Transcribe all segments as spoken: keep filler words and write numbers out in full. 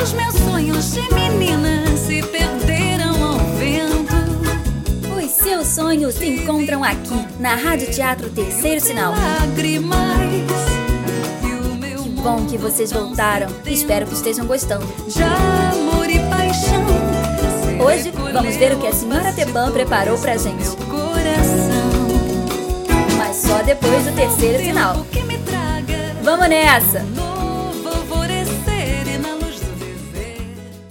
Os meus sonhos de menina se perderam ao vento. Os seus sonhos se encontram aqui, na Rádio Teatro Terceiro Sinal. Lágrimas. Que bom que vocês voltaram. Espero que estejam gostando. De amor e paixão. Hoje vamos ver o que a senhora Tebã preparou pra gente. Meu coração. Mas só depois do terceiro sinal. Que me traga Vamos nessa! novo alvorecer e na luz do viver.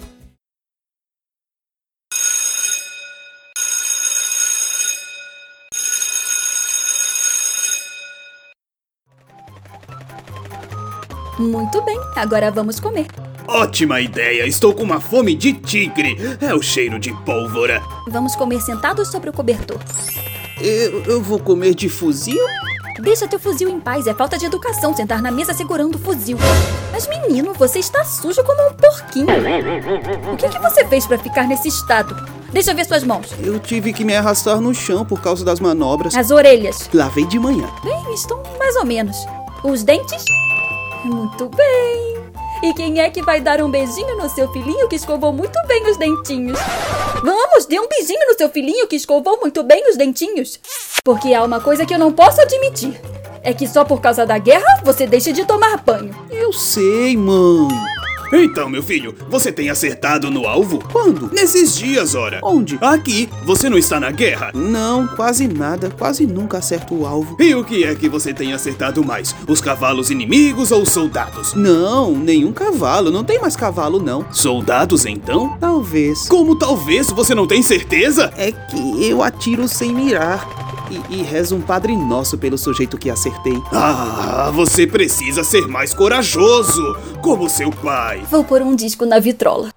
Muito bem, agora vamos comer. Ótima ideia, estou com uma fome de tigre. É o cheiro de pólvora. Vamos comer sentados sobre o cobertor. Eu, eu vou comer de fuzil? Deixa teu fuzil em paz, é falta de educação sentar na mesa segurando o fuzil. Mas menino, você está sujo como um porquinho. O que, que você fez pra ficar nesse estado? Deixa eu ver suas mãos. Eu tive que me arrastar no chão por causa das manobras. As orelhas. Lavei de manhã. Bem, estão mais ou menos. Os dentes? Muito bem. E quem é que vai dar um beijinho no seu filhinho que escovou muito bem os dentinhos? Vamos, dê um beijinho no seu filhinho que escovou muito bem os dentinhos. Porque há uma coisa que eu não posso admitir. É que só por causa da guerra você deixa de tomar banho. Eu sei, mãe. Então, meu filho, você tem acertado no alvo? Quando? Nesses dias, ora. Onde? Aqui. Você não está na guerra? Não, quase nada. Quase nunca acerto o alvo. E o que é que você tem acertado mais? Os cavalos inimigos ou os soldados? Não, nenhum cavalo. Não tem mais cavalo, não. Soldados, então? Talvez. Como talvez? Você não tem certeza? É que eu atiro sem mirar. E, e rezo um Padre Nosso pelo sujeito que acertei. Ah, você precisa ser mais corajoso, como seu pai. Vou pôr um disco na vitrola.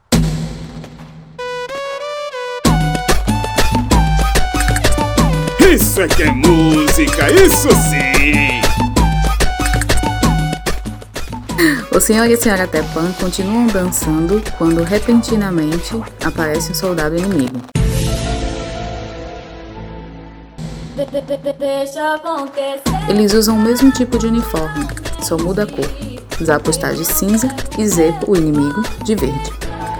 Isso é que é música, isso sim! O senhor e a senhora Tebã continuam dançando quando repentinamente aparece um soldado inimigo. Deixa acontecer. Eles usam o mesmo tipo de uniforme, só muda a cor. Zapo está de cinza e Zepo, o inimigo, de verde.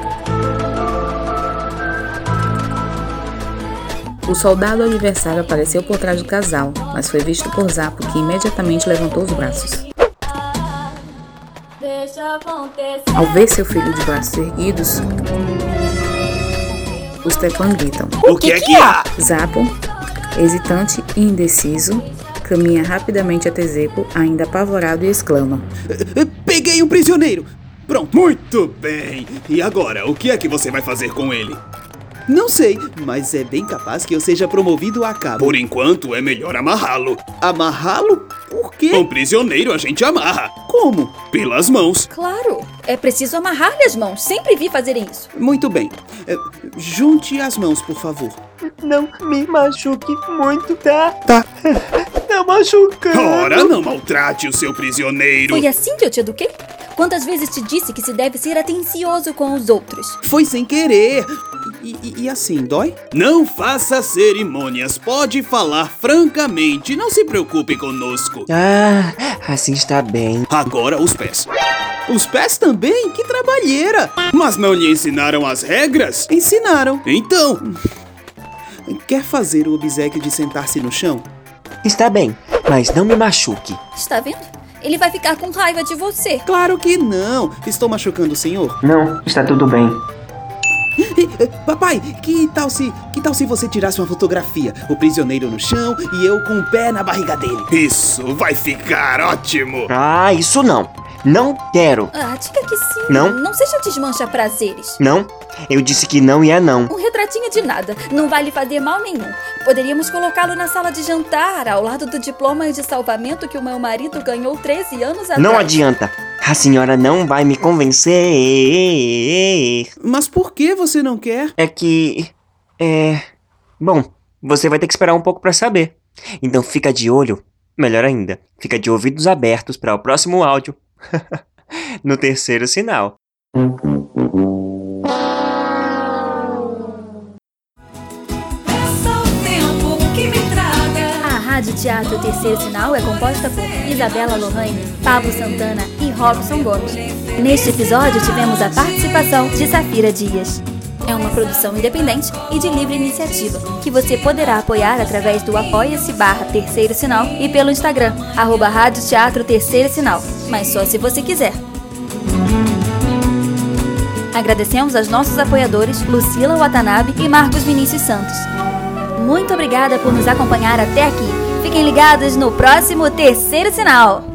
O soldado adversário apareceu por trás do casal, mas foi visto por Zapo, que imediatamente levantou os braços. Deixa acontecer. Ao ver seu filho de braços erguidos, os Tebã gritam. O que é que há? Zapo, hesitante e indeciso, caminha rapidamente até Zepo, ainda apavorado, e exclama: Peguei um prisioneiro! Pronto, muito bem! E agora, o que é que você vai fazer com ele? Não sei, mas é bem capaz que eu seja promovido a cabo. Por enquanto, é melhor amarrá-lo. Amarrá-lo? Por quê? Um prisioneiro a gente amarra. Como? Pelas mãos. Claro, é preciso amarrar-lhe as mãos. Sempre vi fazerem isso. Muito bem. É, junte as mãos, por favor. Não me machuque muito, tá? Tá. Não machucando. Ora, não maltrate o seu prisioneiro. Foi assim que eu te eduquei? Quantas vezes te disse que se deve ser atencioso com os outros? Foi sem querer. E, e, e assim, dói? Não faça cerimônias. Pode falar francamente. Não se preocupe conosco. Ah, assim está bem. Agora os pés. Os pés também? Que trabalheira! Mas não lhe ensinaram as regras? Ensinaram. Então... Quer fazer o obséquio de sentar-se no chão? Está bem, mas não me machuque. Está vendo? Ele vai ficar com raiva de você. Claro que não. Estou machucando o senhor? Não, está tudo bem. Papai, que tal se que tal se você tirasse uma fotografia? O prisioneiro no chão e eu com o pé na barriga dele. Isso vai ficar ótimo. Ah, isso não. Não quero. Ah, diga que sim. Não. Não seja desmancha-prazeres. Não, eu disse que não e é não. Um retratinho de nada. Não vai lhe fazer mal nenhum. Poderíamos colocá-lo na sala de jantar, ao lado do diploma de salvamento que o meu marido ganhou treze anos atrás. Não adianta. A senhora não vai me convencer. Mas por que você não quer? É que... É... Bom, você vai ter que esperar um pouco pra saber. Então fica de olho. Melhor ainda, fica de ouvidos abertos para o próximo áudio. No terceiro sinal. Rádio Teatro Terceiro Sinal é composta por Isabela Lohane, Pablo Santana e Robson Gomes. Neste episódio tivemos a participação de Safira Dias. É uma produção independente e de livre iniciativa, que você poderá apoiar através do apoia-se barra Terceiro Sinal e pelo Instagram, arroba Rádio Teatro Terceiro Sinal, mas só se você quiser. Agradecemos aos nossos apoiadores Lucila Watanabe e Marcos Vinícius Santos. Muito obrigada por nos acompanhar até aqui. Fiquem ligados no próximo Terceiro Sinal.